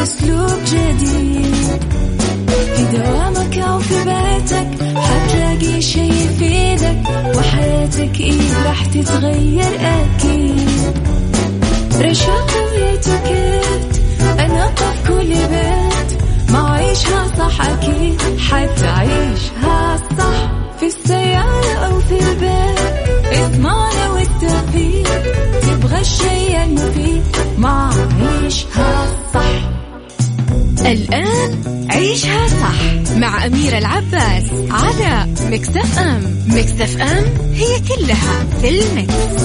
بأسلوب جديد. في دوامك أو في بيتك حتلاقي شي يفيدك، وحياتك إيه راح تتغير أكيد. رشاق ويتوكيت أنا قف كل بيت، ما عيشها صح أكيد حتعيشها صح. في السيارة أو في البيت اسمعنا والتوفيق، تبغى الشيء المفيد ما عيشها صح. الآن عيشها صح مع أميرة العباس على ميكس اف ام. ميكس اف ام هي كلها في الميكس.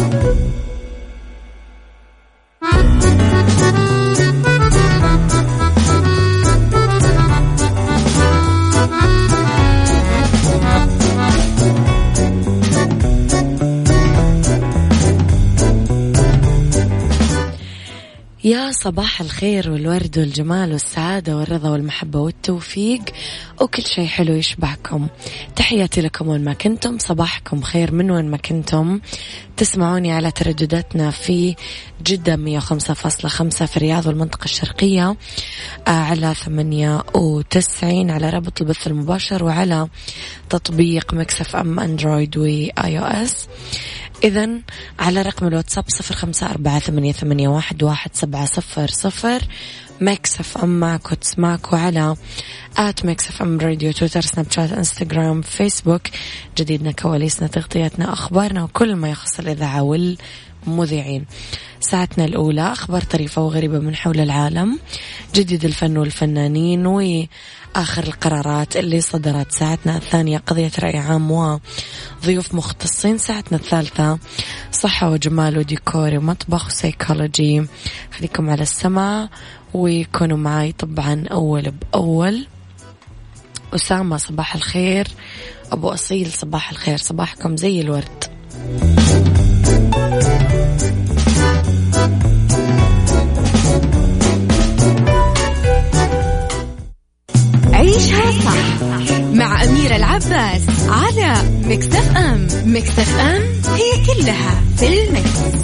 يا صباح الخير والورد والجمال والسعادة والرضا والمحبة والتوفيق وكل شيء حلو يشبعكم. تحياتي لكم وين ما كنتم، صباحكم خير من وين ما كنتم. تسمعوني على تردداتنا في جدة 105.5، في الرياض والمنطقة الشرقية على 98 على رابط البث المباشر، وعلى تطبيق ميكس اف ام اندرويد واي او اس. إذن على رقم الواتساب 0548811700 ميكس اف ام معك وتسمعك، وعلى ميكس اف ام راديو، تويتر، سناب شات، انستغرام، فيسبوك. جديدنا، كواليسنا، تغطياتنا، أخبارنا، وكل ما يخص الإذاعة والمذيعين. ساعتنا الأولى أخبار طريفة وغريبة من حول العالم، جديد الفن والفنانين، وآخر القرارات اللي صدرت. ساعتنا الثانية قضية رأي عام وضيوف مختصين. ساعتنا الثالثة صحة وجمال وديكور ومطبخ وسيكولوجي. خليكم على السماع ويكونوا معي طبعا أول بأول. أسامة صباح الخير، أبو أصيل صباح الخير، صباحكم زي الورد. عيشها صح مع أميرة العباس على ميكس اف ام. ميكس اف ام هي كلها في الميكس.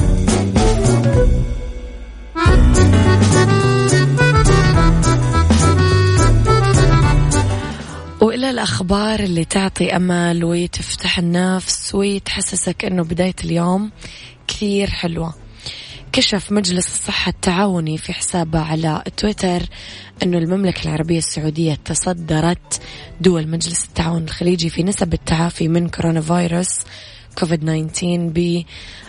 وإلى الأخبار اللي تعطي أمل وتفتح النفس وتحسسك أنه بداية اليوم كثير حلوة. كشف مجلس الصحة التعاوني في حسابه على تويتر أنه المملكة العربية السعودية تصدرت دول مجلس التعاون الخليجي في نسب التعافي من كورونا فيروس كوفيد-19 ب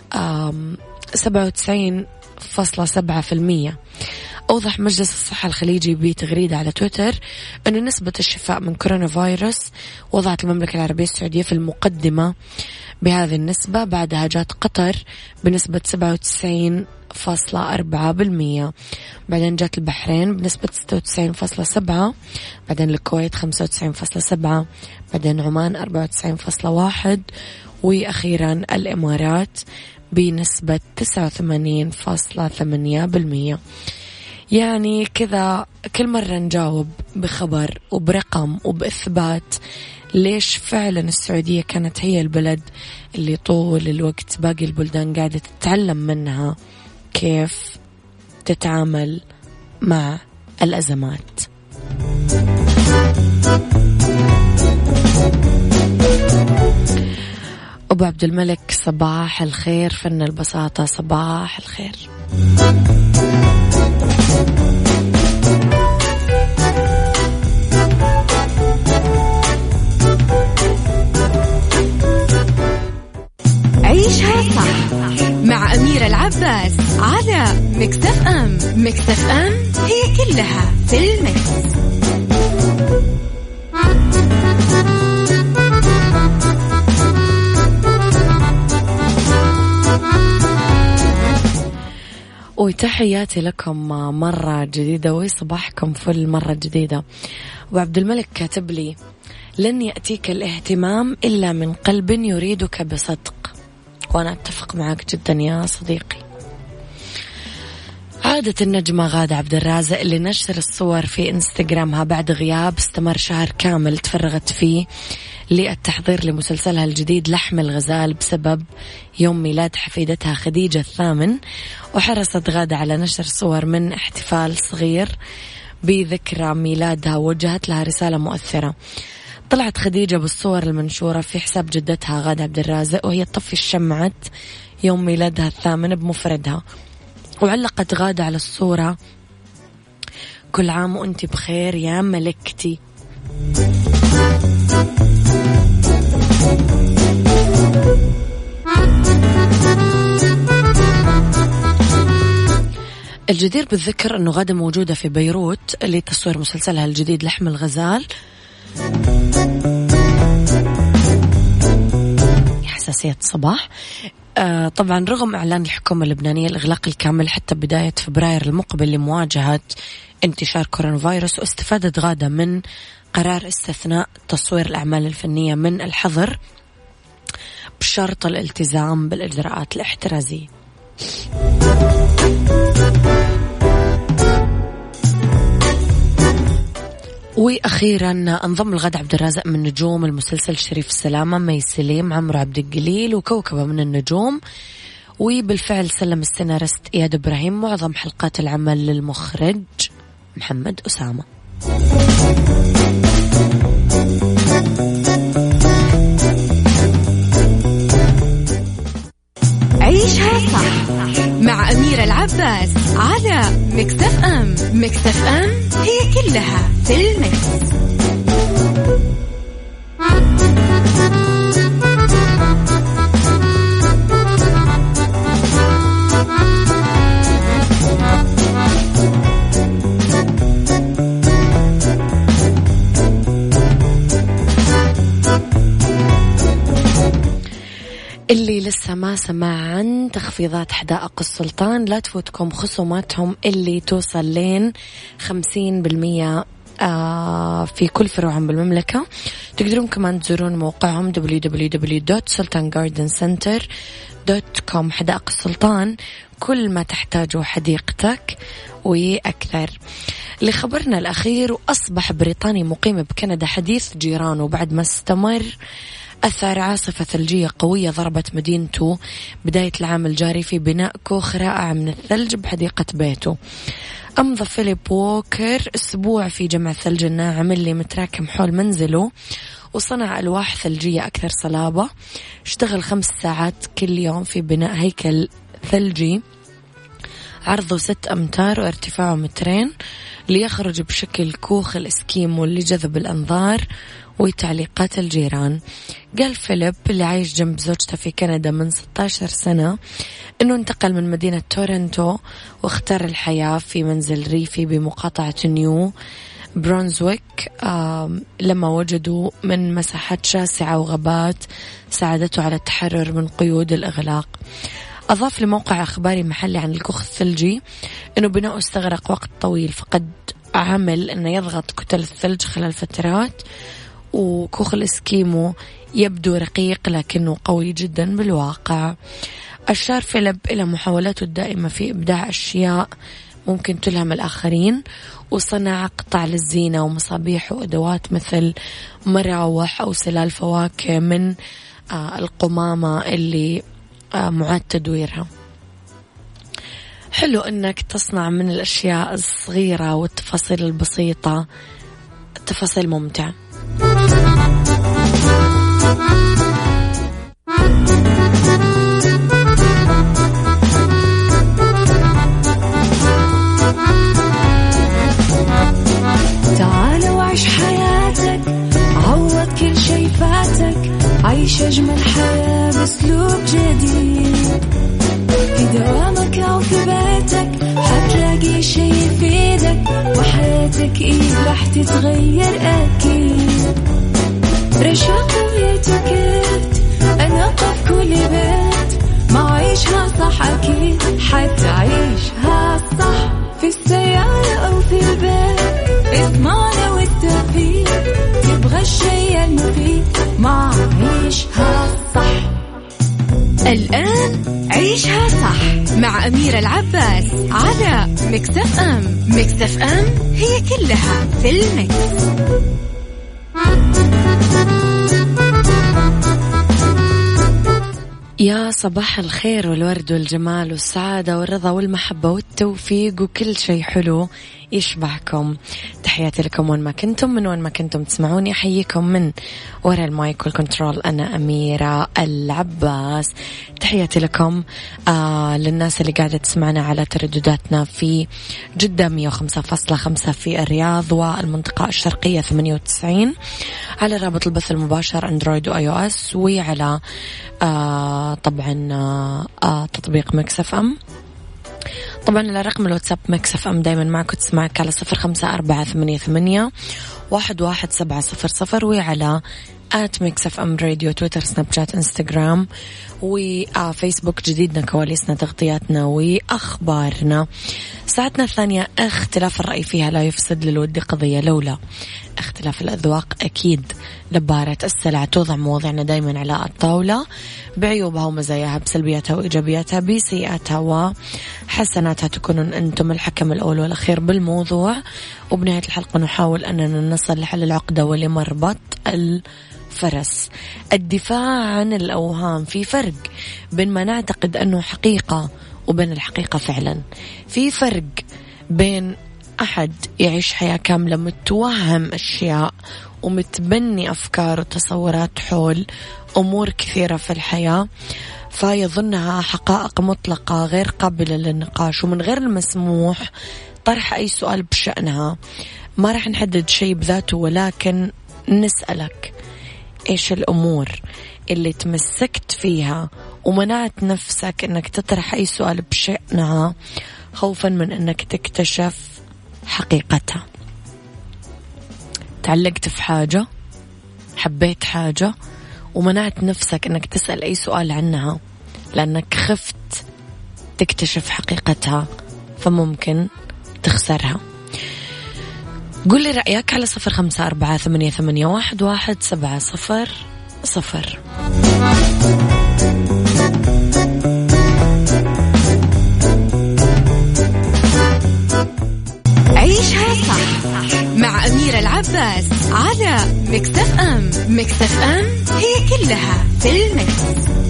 97.7%. أوضح مجلس الصحة الخليجي بتغريدة على تويتر أن نسبة الشفاء من كورونا فيروس وضعت المملكة العربية السعودية في المقدمة بهذه النسبة، بعدها جات قطر بنسبة 97.4%، بعدين جات البحرين بنسبة 96.7%، بعدين الكويت 95.7%، بعدين عمان 94.1%، وأخيرا الإمارات بنسبة 89.8%. يعني كذا كل مرة نجاوب بخبر وبرقم وبإثبات ليش فعلا السعودية كانت هي البلد اللي طول الوقت باقي البلدان قاعدة تتعلم منها كيف تتعامل مع الأزمات. أبو عبد الملك صباح الخير، فن البساطة صباح الخير. عيشها صح مع أميرة العباس على ميكس اف ام. ميكس اف ام هي كلها في الميكس. وتحياتي لكم مرة جديدة وصباحكم فل مرة جديدة. وعبد الملك كاتب لي: لن يأتيك الاهتمام إلا من قلب يريدك بصدق. وأنا أتفق معك جدا يا صديقي. عادت النجمة غادة عبد الرازق اللي نشر الصور في إنستغرامها بعد غياب استمر شهر كامل تفرغت فيه للتحضير لمسلسلها الجديد لحم الغزال بسبب يوم ميلاد حفيدتها خديجة الثامن. وحرصت غادة على نشر صور من احتفال صغير بذكرى ميلادها ووجهت لها رسالة مؤثرة. طلعت خديجة بالصور المنشورة في حساب جدتها غادة عبد الرازق وهي تطفي الشمعة يوم ميلادها الثامن بمفردها، وعلقت غادة على الصورة: كل عام وانت بخير يا ملكتي. الجدير بالذكر أنه غادة موجودة في بيروت لتصوير مسلسلها الجديد لحم الغزال. حساسية صباح. طبعا رغم إعلان الحكومة اللبنانية الإغلاق الكامل حتى بداية فبراير المقبل لمواجهة انتشار كورونا فيروس، واستفادت غادة من قرار استثناء تصوير الأعمال الفنية من الحظر بشرط الالتزام بالإجراءات الاحترازية. وأخيرا انضم الغادة عبد الرازق من نجوم المسلسل شريف السلامة مي سليم، عمرو عبد الجليل وكوكبة من النجوم. وبالفعل سلم السيناريست إياد إبراهيم معظم حلقات العمل للمخرج محمد أسامة. عيشها صح مع أميرة العباس على ميكس اف ام. ميكس اف ام هي كلها في الميكس. اللي لسه ما سمع عن تخفيضات حدائق السلطان لا تفوتكم خصوماتهم اللي توصل لين 50% في كل فروعهم بالمملكة. تقدرون كمان تزورون موقعهم www.sultangardencenter.com. حدائق السلطان كل ما تحتاجه حديقتك وأكثر. لخبرنا الأخير، وأصبح بريطاني مقيم بكندا حديث جيرانه بعد ما استمر أثر عاصفة ثلجية قوية ضربت مدينته بداية العام الجاري في بناء كوخ رائع من الثلج بحديقة بيته. أمضى فيليب ووكر أسبوع في جمع الثلج الناعم اللي متراكم حول منزله، وصنع ألواح ثلجية أكثر صلابة. اشتغل 5 ساعات كل يوم في بناء هيكل ثلجي عرضه 6 أمتار وارتفاعه 2 متر ليخرج بشكل كوخ الإسكيمو اللي جذب الأنظار وتعليقات الجيران. قال فيليب اللي عايش جنب زوجته في كندا من 16 سنة أنه انتقل من مدينة تورنتو واختار الحياة في منزل ريفي بمقاطعة نيو برونزويك لما وجدوا من مساحات شاسعة وغابات ساعدته على التحرر من قيود الإغلاق. أضاف لموقع أخباري محلي عن الكوخ الثلجي أنه بناؤه استغرق وقت طويل، فقد عمل أنه يضغط كتل الثلج خلال فترات، وكوخ الإسكيمو يبدو رقيق لكنه قوي جدا بالواقع. أشار فيليب إلى محاولاته الدائمة في إبداع أشياء ممكن تلهم الآخرين، وصنع قطع للزينة ومصابيح وأدوات مثل مراوح أو سلال فواكه من القمامة اللي معاد تدويرها. حلو أنك تصنع من الأشياء الصغيرة والتفاصيل البسيطة تفاصيل ممتعة. تعال وعيش حياتك، عوض كل شي فاتك، عيش أجمل حياة بأسلوب جديد. في دوامك أو في بيتك حتلاقي شي يفيدك، وحياتك إيه راح تتغير أكيد. رشاق ويتوكيت أنا قف كل بيت، ما عيشها صح أكيد حتعيشها صح. في السيارة أو في البيت اسمعنا والتوفيق، تبغى الشي المفيد ما عيشها صح. الآن عيشها صح مع أميرة العباس على ميكس اف ام. ميكس اف ام هي كلها في الميكس. يا صباح الخير والورد والجمال والسعادة والرضا والمحبة والتوفيق وكل شيء حلو يشبهكم. تحياتي لكم وين ما كنتم، من وين ما كنتم تسمعوني، أحييكم من وراء المايك والكنترول. أنا أميرة العباس. تحياتي لكم للناس اللي قاعدة تسمعنا على تردداتنا في جدة 105.5، في الرياض والمنطقة الشرقية 98، على رابط البث المباشر أندرويد وآي أو إس، وعلى طبعا تطبيق ميكس اف ام. طبعا على رقم الواتساب ميكس اف ام دايما معك وتسمعك على 0548811700، وعلى ميكس اف ام راديو، تويتر، سناب شات، انستغرام، وفيسبوك. جديدنا، كواليسنا، تغطياتنا وأخبارنا. ساعتنا الثانية اختلاف الرأي فيها لا يفسد للود قضية، لولا اختلاف الأذواق أكيد لبارة السلع. توضع مواضيعنا دايما على الطاولة بعيوبها ومزاياها، بسلبياتها وإيجابياتها، بسيئاتها وحسناتها. تكونون أنتم الحكم الأول والأخير بالموضوع، وبنهاية الحلقة نحاول أننا نصل لحل العقدة ولمربط الفرس. الدفاع عن الأوهام. في فرق بين ما نعتقد أنه حقيقة وبين الحقيقة فعلا. في فرق بين أحد يعيش حياة كاملة متوهم أشياء ومتبني أفكار وتصورات حول أمور كثيرة في الحياة، فيظنها حقائق مطلقة غير قابلة للنقاش، ومن غير المسموح طرح أي سؤال بشأنها. ما رح نحدد شيء بذاته، ولكن نسألك إيش الأمور اللي تمسكت فيها ومنعت نفسك أنك تطرح أي سؤال بشأنها خوفا من أنك تكتشف حقيقتها. تعلقت في حاجة، حبيت حاجة، ومنعت نفسك أنك تسأل أي سؤال عنها لأنك خفت تكتشف حقيقتها، فممكن تخسرها. قول لي رأيك على 0548811700. عيشها صح مع أميرة العباس على ميكس اف ام. ميكس اف ام هي كلها في الميكس.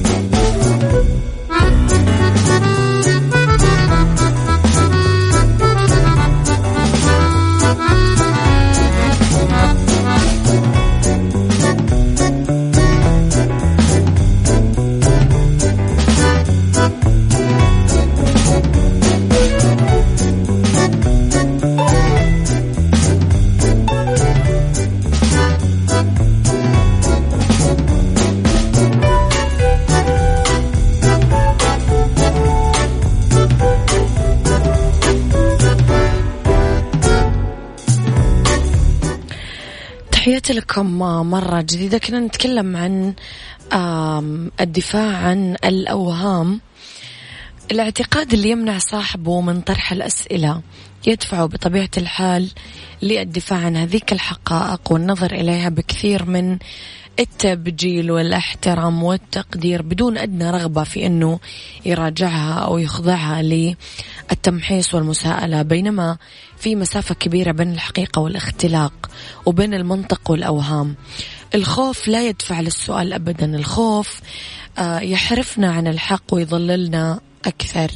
تحياتي لكم مرة جديدة. كنا نتكلم عن الدفاع عن الأوهام، الاعتقاد اللي يمنع صاحبه من طرح الأسئلة، يدفعه بطبيعة الحال للدفاع عن هذيك الحقائق والنظر إليها بكثير من التبجيل والاحترام والتقدير، بدون أدنى رغبة في أنه يراجعها أو يخضعها للتمحيص والمساءلة. بينما في مسافة كبيرة بين الحقيقة والاختلاق وبين المنطق والأوهام. الخوف لا يدفع للسؤال أبدا. الخوف يحرفنا عن الحق ويضللنا أكثر.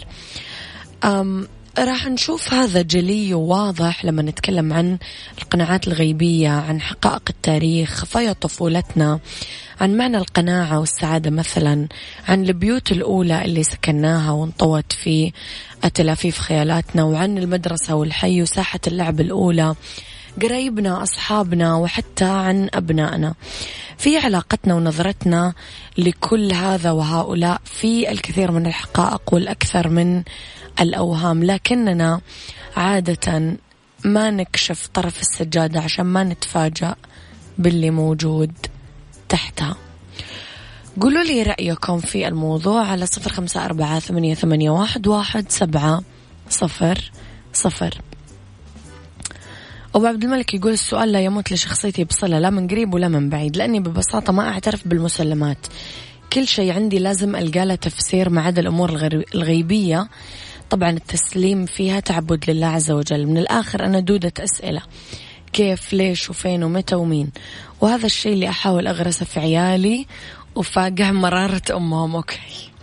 راح نشوف هذا جلي وواضح لما نتكلم عن القناعات الغيبية، عن حقائق التاريخ، خفايا طفولتنا، عن معنى القناعة والسعادة مثلا، عن البيوت الأولى اللي سكناها وانطوت في تلافيف خيالاتنا، وعن المدرسة والحي وساحة اللعب الأولى، قرايبنا، أصحابنا، وحتى عن أبنائنا. في علاقتنا ونظرتنا لكل هذا وهؤلاء في الكثير من الحقائق والأكثر من الأوهام، لكننا عادة ما نكشف طرف السجادة عشان ما نتفاجأ باللي موجود تحتها. قولوا لي رأيكم في الموضوع على 0548811700. أبو عبد الملك يقول السؤال لا يموت لشخصيتي بصلة، لا من قريب ولا من بعيد، لأني ببساطة ما أعترف بالمسلمات. كل شيء عندي لازم ألقى له تفسير، ما عدا الأمور الغيبية طبعا التسليم فيها تعبد لله عز وجل. من الآخر أنا دودة أسئلة، كيف، ليش، وفين، ومتى، ومين، وهذا الشيء اللي أحاول أغرسه في عيالي وفاقه مرارة أمهم. أوكي.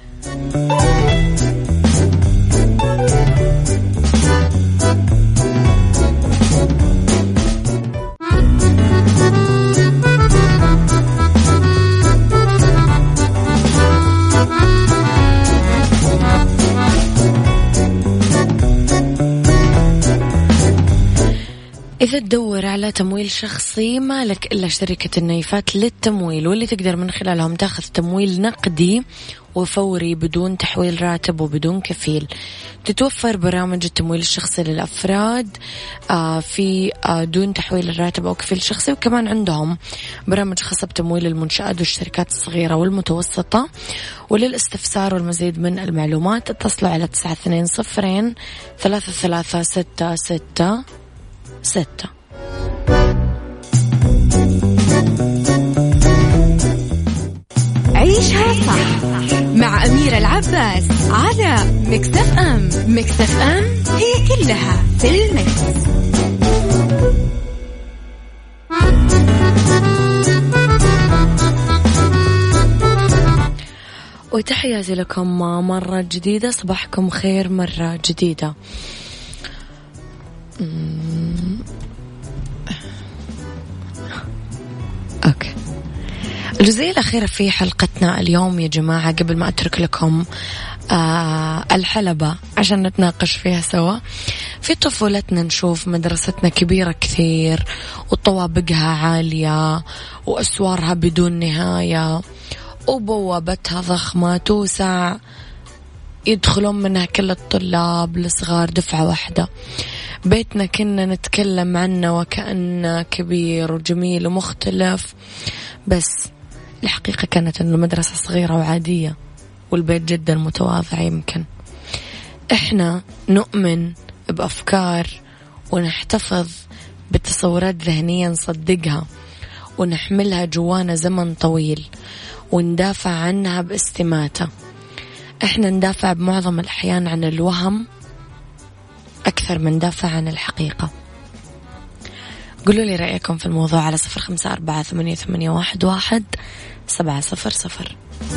إذا تدور على تمويل شخصي ما لك إلا شركة النايفات للتمويل، واللي تقدر من خلالهم تاخذ تمويل نقدي وفوري بدون تحويل راتب وبدون كفيل. تتوفر برامج التمويل الشخصي للأفراد في دون تحويل الراتب أو كفيل شخصي، وكمان عندهم برامج خاصة بتمويل المنشآت والشركات الصغيرة والمتوسطة. وللاستفسار والمزيد من المعلومات اتصلوا على 92033666. عيشها صح مع أميرة العباس على ميكس اف ام. ميكس اف ام هي كلها في الميكس. وتحياتي لكم مرة جديدة، صباحكم خير مرة جديدة. أوكي، الجزئية الأخيرة في حلقتنا اليوم يا جماعة، قبل ما أترك لكم الحلبة عشان نتناقش فيها سوا. في طفولتنا نشوف مدرستنا كبيرة كثير وطوابقها عالية وأسوارها بدون نهاية وبوابتها ضخمة توسع يدخلون منها كل الطلاب الصغار دفعة واحدة. بيتنا كنا نتكلم عنه وكأنه كبير وجميل ومختلف، بس الحقيقة كانت أنه مدرسة صغيرة وعادية والبيت جدا متواضع. يمكن إحنا نؤمن بأفكار ونحتفظ بتصورات ذهنية نصدقها ونحملها جوانا زمن طويل وندافع عنها باستماتة. إحنا ندافع بمعظم الأحيان عن الوهم أكثر من دافع عن الحقيقة. قولوا لي رأيكم في الموضوع على 0548811700.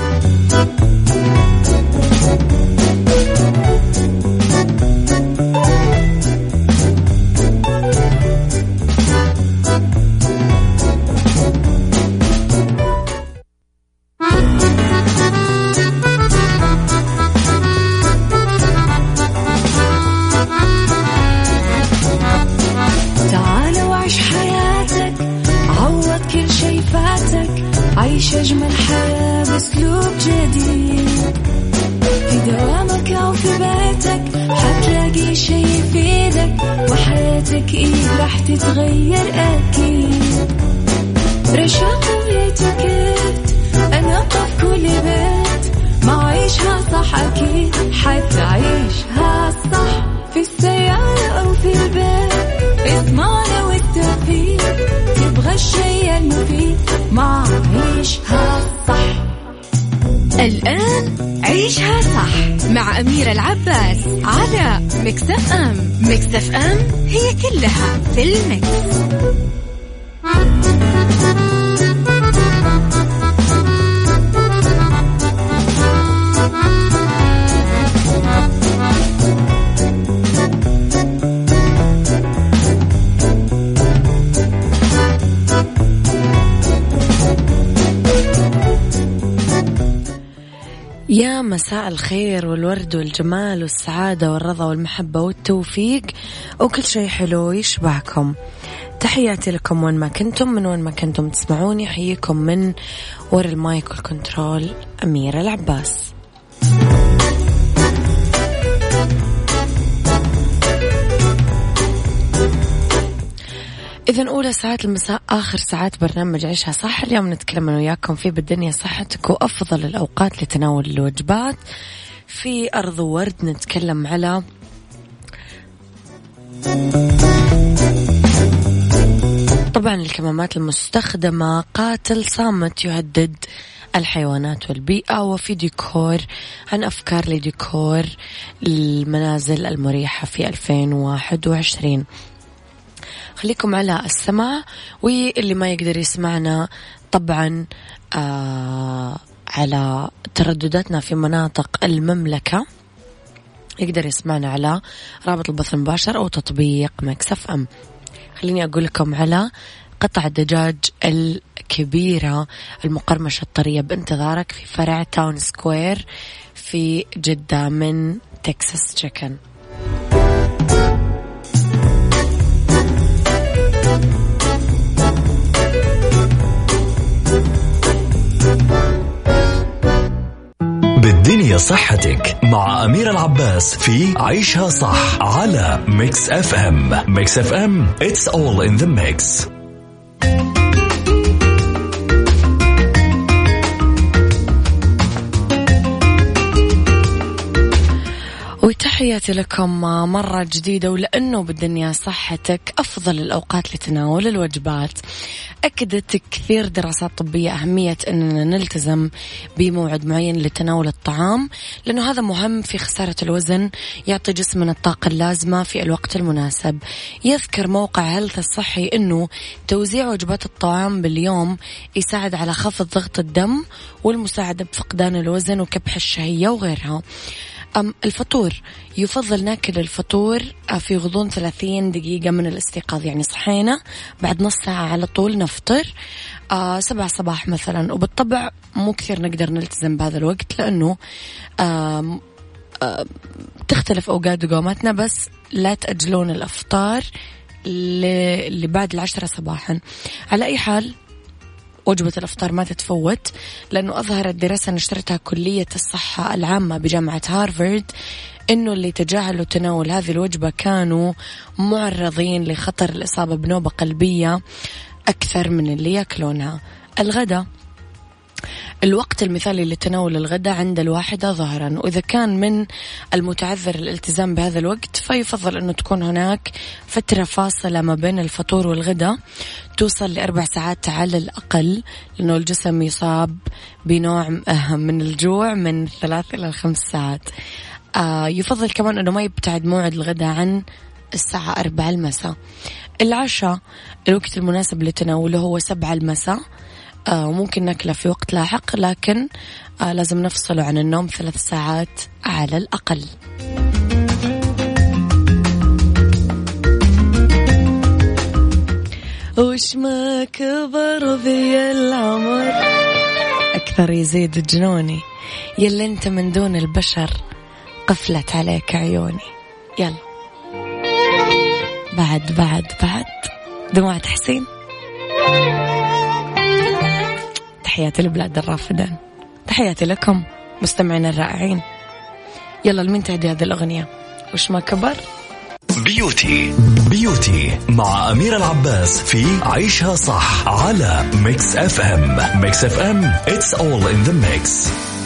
عيش أجمل حياة بأسلوب جديد، في دوامك أو في بيتك حتلاقي شي يفيدك، وحياتك إيه راح تتغير أكيد. رشاق ويتكت أنا قف كل بيت، ما عيشها صح أكيد حتعيشها صح، في السيارة أو في البيت اسمعنا والتوفيق، تبغى الشيء المفيد ما عيشها صح. الآن عيشها صح مع أميرة العباس على ميكس اف ام. ميكس اف ام هي كلها في الميكس. يا مساء الخير والورد والجمال والسعادة والرضا والمحبة والتوفيق وكل شيء حلو يشبعكم. تحياتي لكم وين ما كنتم، من وين ما كنتم تسمعوني، حييكم من ورا المايك والكنترول أميرة العباس. إذن أولى ساعات المساء آخر ساعات برنامج عيشها صح. اليوم نتكلم أنا وياكم في بالدنيا صحتك وأفضل الأوقات لتناول الوجبات. في أرض ورد نتكلم على طبعا الكمامات المستخدمة قاتل صامت يهدد الحيوانات والبيئة، وفي ديكور عن أفكار لديكور المنازل المريحة في 2021. خليكم على السماع، واللي ما يقدر يسمعنا طبعا على تردداتنا في مناطق المملكة يقدر يسمعنا على رابط البث المباشر أو تطبيق ميكس اف ام. خليني أقول لكم على قطع الدجاج الكبيرة المقرمشة الطرية بانتظارك في فرع تاون سكوير في جدة من تكساس تشيكن. بالدنيا صحتك مع أميرة العباس في عيشها صح على ميكس اف ام. ميكس اف ام it's all in the mix. وتحياتي لكم مرة جديدة. ولأنه بالدنيا صحتك أفضل الأوقات لتناول الوجبات، أكدت كثير دراسات طبية أهمية أننا نلتزم بموعد معين لتناول الطعام، لأنه هذا مهم في خسارة الوزن، يعطي جسمنا الطاقة اللازمة في الوقت المناسب. يذكر موقع هيلث الصحي أنه توزيع وجبات الطعام باليوم يساعد على خفض ضغط الدم والمساعدة بفقدان الوزن وكبح الشهية وغيرها. الفطور يفضل ناكل الفطور في غضون 30 دقيقة من الاستيقاظ، يعني صحينا بعد نص ساعة على طول نفطر 7 صباح مثلا. وبالطبع مو كثير نقدر نلتزم بهذا الوقت لأنه تختلف أوقات قومتنا، بس لا تأجلون الأفطار اللي بعد 10 صباحا. على أي حال وجبة الأفطار ما تتفوت، لأنه أظهرت دراسة نشرتها كلية الصحة العامة بجامعة هارفارد إنه اللي تجاهلوا تناول هذه الوجبة كانوا معرضين لخطر الإصابة بنوبة قلبية أكثر من اللي يأكلونها. الغداء الوقت المثالي لتناول الغداء عند 1 ظهرا، وإذا كان من المتعذر الالتزام بهذا الوقت فيفضل أنه تكون هناك فترة فاصلة ما بين الفطور والغداء توصل ل4 ساعات على الأقل، لأنه الجسم يصاب بنوع من الجوع من 3 إلى 5 ساعات. يفضل كمان أنه ما يبتعد موعد الغداء عن الساعة 4 المساء. العشاء الوقت المناسب لتناوله هو 7 المساء، وممكن ناكله في وقت لاحق، لكن لازم نفصله عن النوم 3 ساعات على الأقل. وش ما كبر بي العمر أكثر يزيد جنوني، يلا أنت من دون البشر قفلت عليك عيوني. يلا بعد دموع حسين. تحياتي لبلاد الرافدين، تحياتي لكم مستمعين الرائعين. يلا لمين تهدي هذه الأغنية؟ وش ما كبر. بيوتي مع أميرة العباس في عيشها صح على ميكس اف ام. ميكس اف ام it's all in the mix.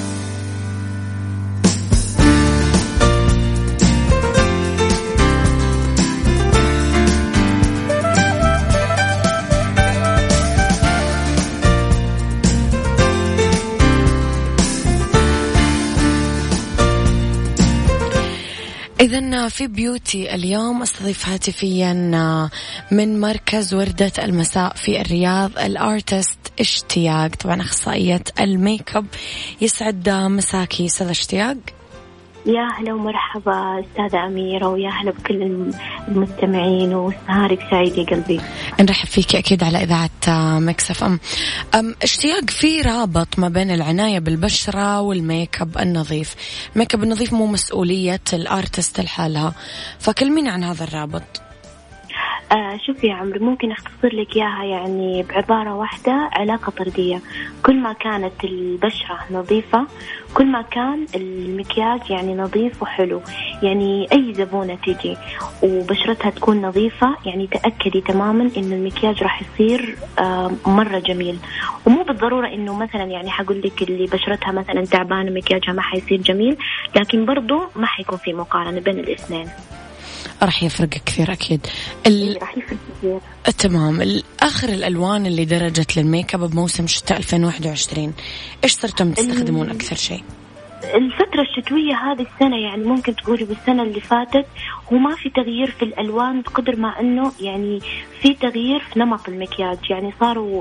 إذن في بيوتي اليوم استضيف هاتفيا من مركز وردة المساء في الرياض الارتست اشتياق، طبعا أخصائية الميك اب. يسعد مساكي أستاذة اشتياق. يا هلا ومرحبا أستاذة أميرة، ويا هلا بكل المستمعين، ونهارك سعيد يا قلبي. نرحب فيك أكيد على إذاعة ميكس اف ام. اشتياق، في رابط ما بين العناية بالبشرة والميك اب النظيف. الميك اب النظيف مو مسؤولية الارتست لحالها، فكلمينا عن هذا الرابط. شوفي يا عمري، ممكن أختصر لك إياها يعني بعبارة واحدة: علاقة طردية. كل ما كانت البشرة نظيفة كل ما كان المكياج يعني نظيف وحلو. يعني أي زبونة تيجي وبشرتها تكون نظيفة يعني تأكدي تماما إنه المكياج راح يصير مرة جميل. ومو بالضرورة إنه مثلا يعني حقول لك اللي بشرتها مثلا تعبانة مكياجها ما حيصير جميل، لكن برضو ما حيكون في مقارنة بين الاثنين. راح يفرق كثير أكيد. راح يفرق كثير. تمام. آخر الألوان اللي درجت للميك اب بموسم شتاء 2021 إيش صرتم تستخدمون أكثر شيء؟ الفترة الشتوية هذه السنة يعني ممكن تقولي بالسنة اللي فاتت هو ما في تغيير في الألوان بقدر ما أنه يعني في تغيير في نمط المكياج. يعني صاروا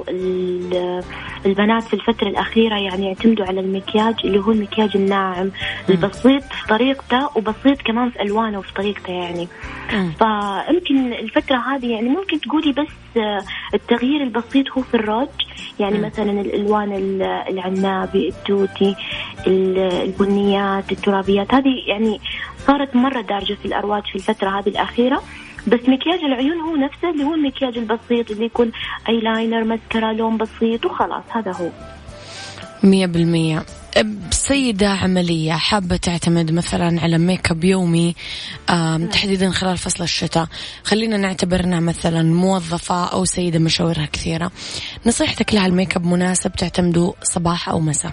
البنات في الفترة الأخيرة يعني يعتمدوا على المكياج اللي هو المكياج الناعم البسيط في طريقته وبسيط كمان في ألوانه وفي طريقته يعني. فيمكن الفترة هذه يعني ممكن تقولي بس التغيير البسيط هو في الروج يعني مثلا الألوان العنابي التوتي البنيات الترابيات هذه يعني صارت مرة دارجة في الأرواج في الفترة هذه الأخيرة. بس مكياج العيون هو نفسه اللي هو المكياج البسيط اللي يكون ايلاينر ماسكارا لون بسيط وخلاص هذا هو 100%. سيدة عملية حابة تعتمد مثلا على ميك اب يومي تحديدا خلال فصل الشتاء، خلينا نعتبرنا مثلا موظفة أو سيدة مشاورها كثيرة، نصيحتك لها الميك اب مناسب تعتمده صباح أو مساء؟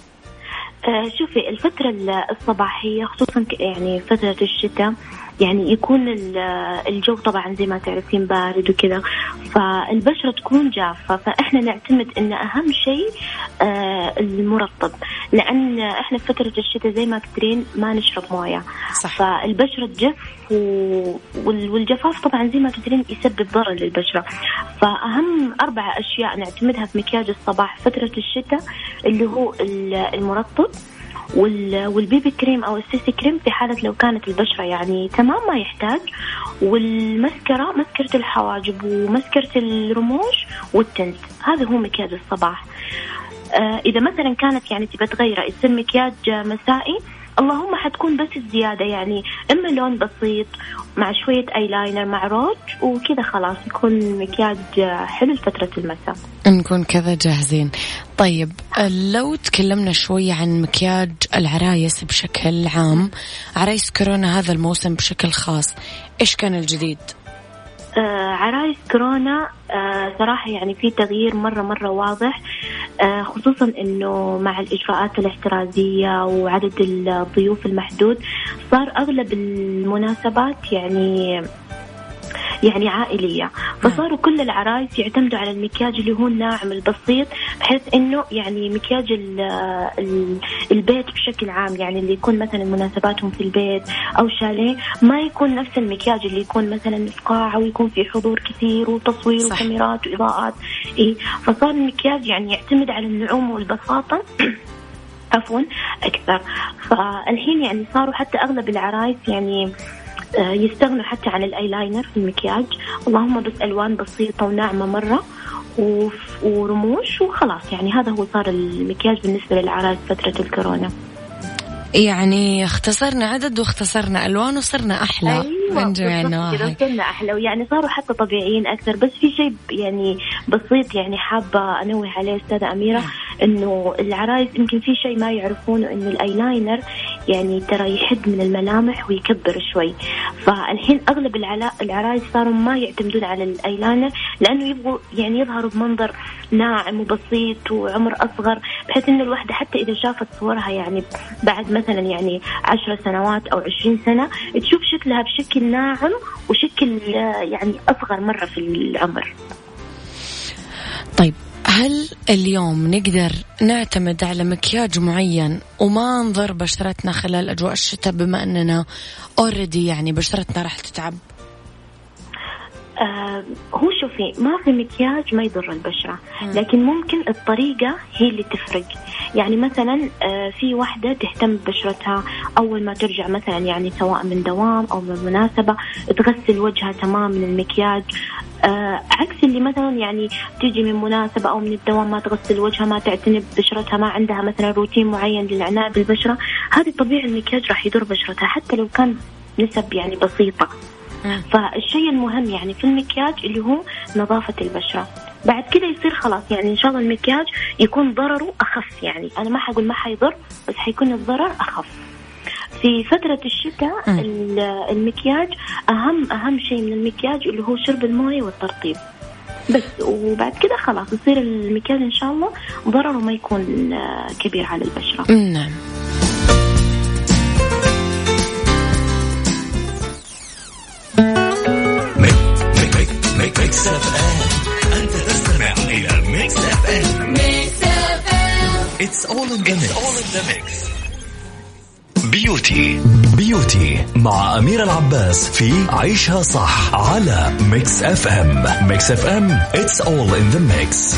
شوفي الفترة الصباحية خصوصا يعني فترة الشتاء يعني يكون الجو طبعا زي ما تعرفين بارد وكذا فالبشرة تكون جافة، فإحنا نعتمد إن أهم شيء المرطب، لأن إحنا في فترة الشتاء زي ما تدرين ما نشرب موية صح. فالبشرة تجف والجفاف طبعا زي ما تدرين يسبب ضرر للبشرة. فأهم 4 أشياء نعتمدها في مكياج الصباح فترة الشتاء اللي هو المرطب والبيبي كريم أو السيسي كريم في حالة لو كانت البشرة يعني تمام ما يحتاج، والمسكرة مسكرة الحواجب ومسكرة الرموش والتنت. هذا هو مكياج الصباح. إذا مثلا كانت يعني تبى تغيره يصير مكياج مسائي اللهم حتكون بس الزيادة يعني إما لون بسيط مع شوية ايلاينر مع روج وكذا خلاص يكون مكياج حلو لفترة المساء نكون كذا جاهزين. طيب لو تكلمنا شوية عن مكياج العرايس بشكل عام، عرايس كورونا هذا الموسم بشكل خاص إيش كان الجديد؟ عرايس كورونا صراحة يعني في تغيير مرة واضح، خصوصا إنه مع الإجراءات الاحترازية وعدد الضيوف المحدود صار أغلب المناسبات يعني عائلية، فصاروا كل العرايس يعتمدوا على المكياج اللي هو الناعم البسيط، بحيث إنه يعني مكياج البيت بشكل عام يعني اللي يكون مثلا مناسباتهم في البيت أو شاليه ما يكون نفس المكياج اللي يكون مثلا في قاعة ويكون في حضور كثير وتصوير صح. وكاميرات وإضاءات فصار المكياج يعني يعتمد على النعومة والبساطة عفوا أكثر. فالحين يعني صاروا حتى أغلب العرايس يعني يستغنوا حتى عن الايلاينر في المكياج، اللهم بس الوان بسيطه وناعمه مره ورموش وخلاص. يعني هذا هو صار المكياج بالنسبه للعرايس فتره الكورونا. يعني اختصرنا عدد واختصرنا الوان وصرنا احلى. أيوة من جميع النواحي صرنا احلى، ويعني صاروا حتى طبيعيين اكثر. بس في شيء يعني بسيط يعني حابه انوه عليه استاذه اميره، انه العرايس يمكن في شيء ما يعرفونه، انه الايلاينر يعني ترى يحد من الملامح ويكبر شوي. فالحين اغلب العرايس صاروا ما يعتمدون على الايلاينر لانه يبغوا يعني يظهروا بمنظر ناعم وبسيط وعمر اصغر، بحيث انه الوحده حتى اذا شافت صورها يعني بعد مثلا يعني 10 سنوات او 20 سنه تشوف شكلها بشكل ناعم وشكل يعني اصغر مره في العمر. طيب هل اليوم نقدر نعتمد على مكياج معين وما نضر بشرتنا خلال أجواء الشتاء بما أننا already يعني بشرتنا راح تتعب؟ هو شوفي ما في مكياج ما يضر البشرة، لكن ممكن الطريقة هي اللي تفرق. يعني مثلا في واحدة تهتم ببشرتها أول ما ترجع مثلا يعني سواء من دوام أو من مناسبة تغسل وجهها تمام من المكياج، عكس اللي مثلا يعني تيجي من مناسبة أو من الدوام ما تغسل وجهها ما تعتني ببشرتها ما عندها مثلا روتين معين للعناية بالبشرة. هذه طبيعي المكياج راح يضر بشرتها حتى لو كان نسب يعني بسيطة. فالشيء المهم يعني في المكياج اللي هو نظافة البشرة. بعد كده يصير خلاص يعني إن شاء الله المكياج يكون ضرره أخف، يعني أنا ما حقول ما حيضر بس حيكون الضرر أخف. في فترة الشتاء المكياج أهم شيء من المكياج اللي هو شرب الموية والترطيب بس، وبعد كده خلاص يصير المكياج إن شاء الله ضرره ما يكون كبير على البشرة. نعم. ميكس اف ام. أنت تستمع إلى ميكس اف ام. It's all in the mix. بيوتي مع أميرة العباس في عيشها صح على ميكس اف ام. ميكس اف ام it's all in the mix.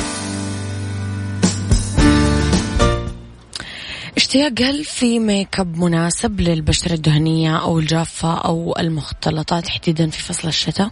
اشتياق، هل في ميك اب مناسب للبشرة الدهنية أو الجافة أو المختلطات تحديدا في فصل الشتاء؟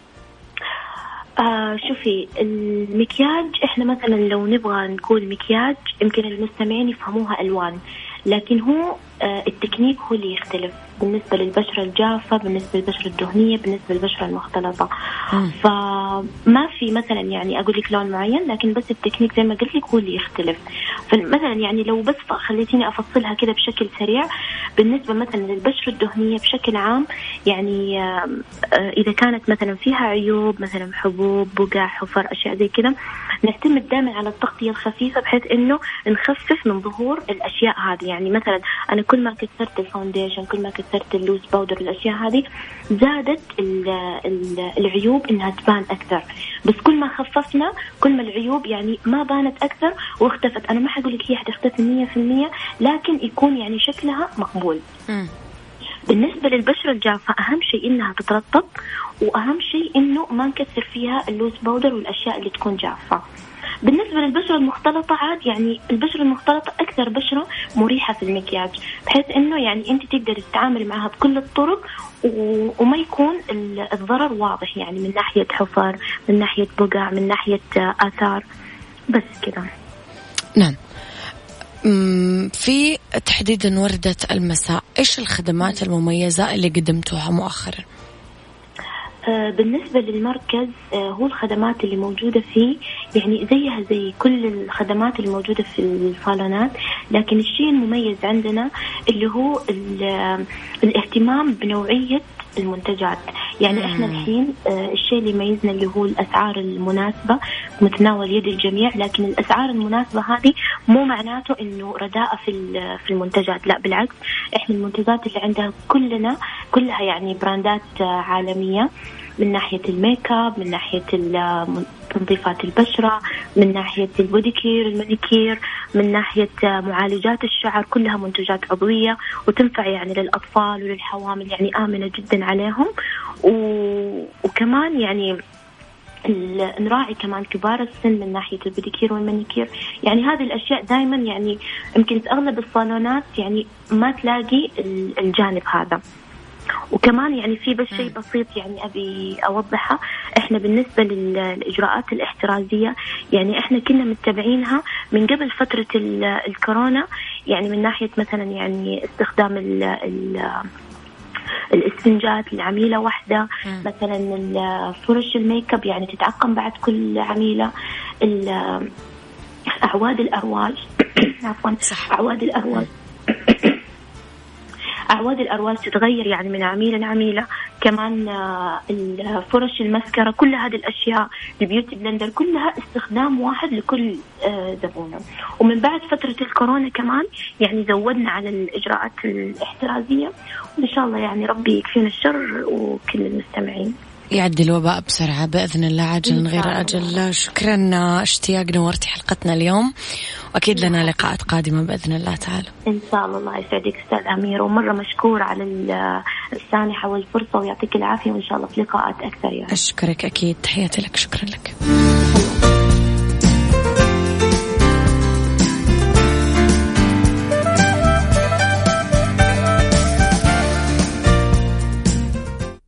شوفي، المكياج احنا مثلا لو نبغى نقول مكياج يمكن المستمعين يفهموها ألوان، لكن هو التكنيك هو اللي يختلف بالنسبة للبشرة الجافة، بالنسبة للبشرة الدهنية، بالنسبة للبشرة المختلطة. فما في مثلا يعني أقول لك لون معين، لكن بس التكنيك زي ما قلت لك هو اللي يختلف. فمثلا يعني لو بس خليتيني أفصلها كده بشكل سريع، بالنسبة مثلا للبشرة الدهنية بشكل عام، يعني إذا كانت مثلا فيها عيوب مثلا حبوب، بقع، حفر، أشياء زي كده، نعتمد دائما على التغطية الخفيفة بحيث إنه نخفف من ظهور الأشياء هذه. يعني مثلا أنا كل ما كسرت الفاونديشن، كل ما كسرت اللوز باودر، الأشياء هذه زادت العيوب إنها تبان أكثر، بس كل ما خففنا كل ما العيوب يعني ما بانت أكثر واختفت. أنا ما حقول لك هي حتختفي 100%، لكن يكون يعني شكلها مقبول. بالنسبة للبشرة الجافة أهم شيء إنها تترطب، وأهم شيء إنه ما نكسر فيها اللوز باودر والأشياء اللي تكون جافة. بالنسبة للبشرة المختلطة عاد يعني البشرة المختلطة أكثر بشرة مريحة في المكياج، بحيث إنه يعني أنت تقدر تتعامل معها بكل الطرق وما يكون الضرر واضح، يعني من ناحية حفر، من ناحية بقع، من ناحية آثار، بس كده. نعم. في تحديدا وردة المساء، إيش الخدمات المميزة اللي قدمتوها مؤخرا؟ بالنسبة للمركز هو الخدمات اللي موجودة فيه يعني زيها زي كل الخدمات اللي موجودة في الصالونات، لكن الشيء المميز عندنا اللي هو الاهتمام بنوعية المنتجات. يعني احنا الحين الشيء اللي يميزنا اللي هو الأسعار المناسبة متناول يد الجميع، لكن الأسعار المناسبة هذه مو معناته انه رداءة في المنتجات، لا بالعكس، احنا المنتجات اللي عندها كلها يعني براندات عالمية، من ناحية الميك اب، من ناحية تنظيفات البشرة، من ناحية البوديكير، المانيكير، من ناحية معالجات الشعر، كلها منتجات عضوية وتنفع يعني للأطفال وللحوامل، يعني آمنة جدا عليهم. وكمان يعني نراعي كمان كبار السن من ناحية البوديكير والمانيكير. يعني هذه الأشياء دائما يعني يمكن في أغلب الصالونات يعني ما تلاقي الجانب هذا. وكمان يعني في بس شيء بسيط يعني أبي أوضحها، إحنا بالنسبة للإجراءات الاحترازية يعني إحنا كنا متبعينها من قبل فترة الكورونا، يعني من ناحية مثلا يعني استخدام الإسفنجات لعميلة واحدة، مثلا فرش الميك اب يعني تتعقم بعد كل عميلة، أعواد الأرواج عفوا أعواد الأرواج تتغير يعني من عميلة لعميلة. كمان الفرش المسكرة، كل هذه الأشياء، البيوتي بلندر، كلها استخدام واحد لكل زبونة. ومن بعد فترة الكورونا كمان يعني زودنا على الإجراءات الاحترازية، وإن شاء الله يعني ربي يكفينا الشر وكل المستمعين. يعدي الوباء بسرعة بإذن الله عاجلا غير أجل. شكرا اشتياق، نورتي حلقتنا اليوم، وأكيد لنا لقاءات قادمة بإذن الله تعالى. إن شاء الله. الله يسعدك أستاذ أمير، ومرة مشكور على السانحة والفرصة، ويعطيك العافية، وإن شاء الله في لقاءات أكثر. يعني أشكرك، أكيد، تحياتي لك، شكرا لك.